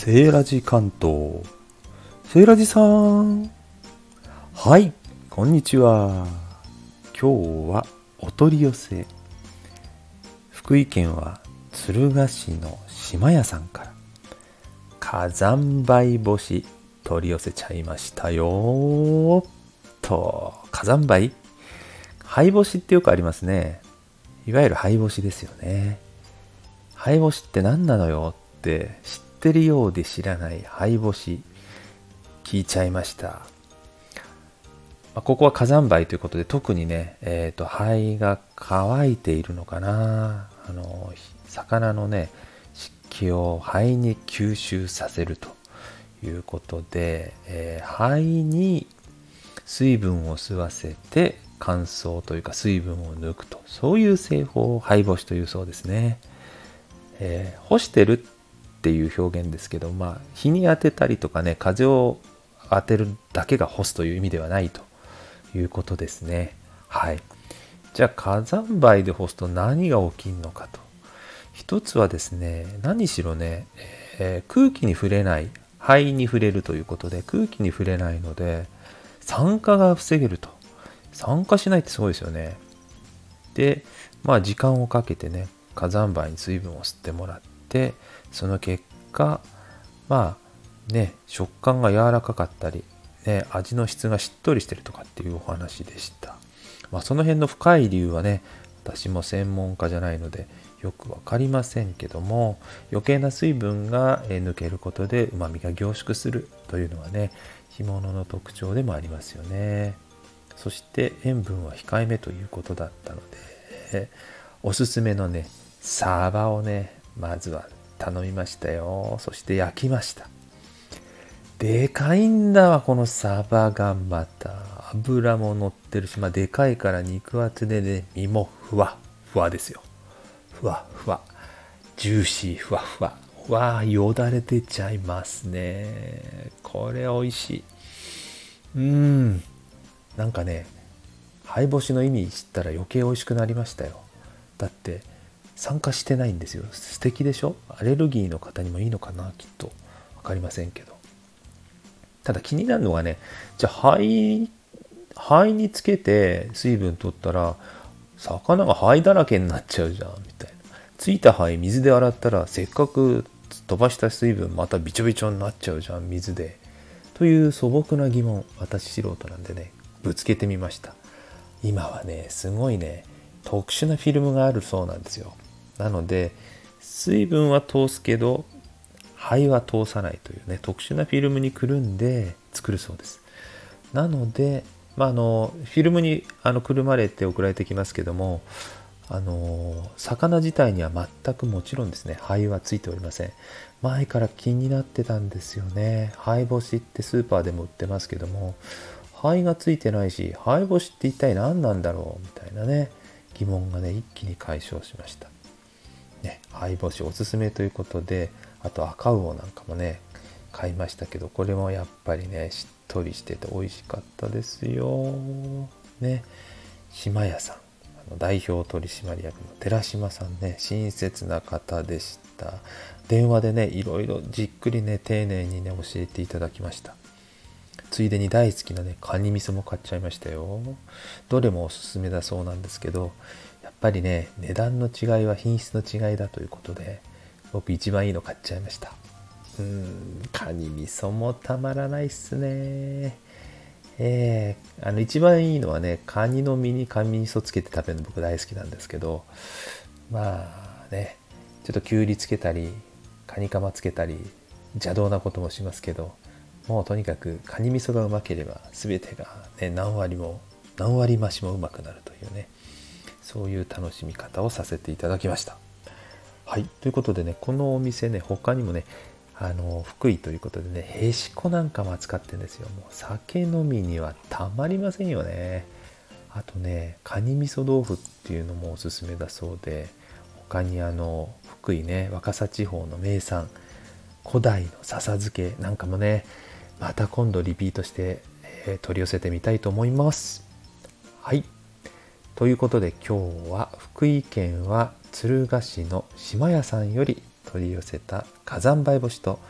セーラジ関東。セーラジさん。はい、こんにちは。今日はお取り寄せ。福井県は敦賀市の島屋さんから火山灰干し取り寄せちゃいましたよ。火山灰灰干しってよくありますね。いわゆる灰干しですよね。灰干しって何なのよって知ってるようで知らない灰干し聞いちゃいました。ここは火山灰ということで特にね、灰が乾いているのかな。魚のね湿気を灰に吸収させるということで、灰に水分を吸わせて乾燥というか水分を抜くと、そういう製法を灰干しというそうですね。干してるっていう表現ですけど、日に当てたりとかね、風を当てるだけが干すという意味ではないということですね。はい。じゃあ火山灰で干すと何が起きるのかと。一つはですね、何しろね、空気に触れない、灰に触れるということで空気に触れないので酸化が防げると。酸化しないってすごいですよね。で、時間をかけてね、火山灰に水分を吸ってもらって、その結果、食感が柔らかかったり、味の質がしっとりしてるとかっていうお話でした。その辺の深い理由はね、私も専門家じゃないのでよくわかりませんけども、余計な水分が抜けることで旨味が凝縮するというのはね、干物の特徴でもありますよね。そして塩分は控えめということだったので、おすすめのねサバをねまずは頼みましたよ。そして焼きました。でかいんだわこのサバが。また脂も乗ってるし、でかいから肉厚でね、身もふわふわですよ。ふわふわジューシー、ふわふわ、よだれ出ちゃいますね。これ美味しい。なんかね、灰干しの意味知ったら余計美味しくなりましたよ。だって酸化してないんですよ。素敵でしょ。アレルギーの方にもいいのかな、きっと。分かりませんけど。ただ気になるのがね、じゃあ灰につけて水分取ったら魚が灰だらけになっちゃうじゃんみたいな。ついた灰水で洗ったらせっかく飛ばした水分またびちょびちょになっちゃうじゃん水で、という素朴な疑問、私素人なんでねぶつけてみました。今はねすごいね特殊なフィルムがあるそうなんですよ。なので水分は通すけど灰は通さないというね特殊なフィルムにくるんで作るそうです。なので、フィルムにくるまれて送られてきますけども、魚自体には全くもちろんですね灰はついておりません。前から気になってたんですよね。灰干しってスーパーでも売ってますけども灰がついてないし、灰干しって一体何なんだろうみたいなね疑問がね一気に解消しましたね。灰干しおすすめということで、あと赤魚なんかもね買いましたけど、これもやっぱりねしっとりしてて美味しかったですよね。島屋さん代表取締役の寺島さんね、親切な方でした。電話でねいろいろじっくりね丁寧にね教えていただきました。ついでに大好きなねカニ味噌も買っちゃいましたよ。どれもおすすめだそうなんですけど、やっぱりね値段の違いは品質の違いだということで、僕一番いいの買っちゃいました。カニ味噌もたまらないっすね。一番いいのはねカニの身にカニ味噌つけて食べるの僕大好きなんですけど、ちょっときゅうりつけたりカニカマつけたり邪道なこともしますけど、もうとにかくカニ味噌がうまければ全てが、ね、何割増しもうまくなるというね、そういう楽しみ方をさせていただきました。はい、ということでね、このお店ね他にもね福井ということでねへしこなんかも扱ってるんですよ。もう酒飲みにはたまりませんよね。あとねカニ味噌豆腐っていうのもおすすめだそうで、他に福井ね若狭地方の名産古代の笹漬けなんかもねまた今度リピートして、取り寄せてみたいと思います。はい、ということで今日は福井県は敦賀市の島屋さんより取り寄せた火山灰干しと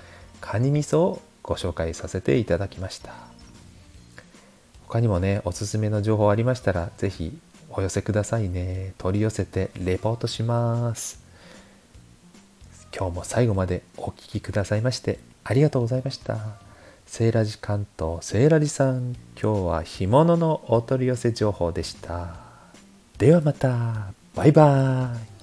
カニ味噌をご紹介させていただきました。他にもね、おすすめの情報ありましたらぜひお寄せくださいね。取り寄せてレポートします。今日も最後までお聞きくださいましてありがとうございました。セーラジ関東セーラジさん、今日は干物のお取り寄せ情報でした。ではまた、バイバーイ。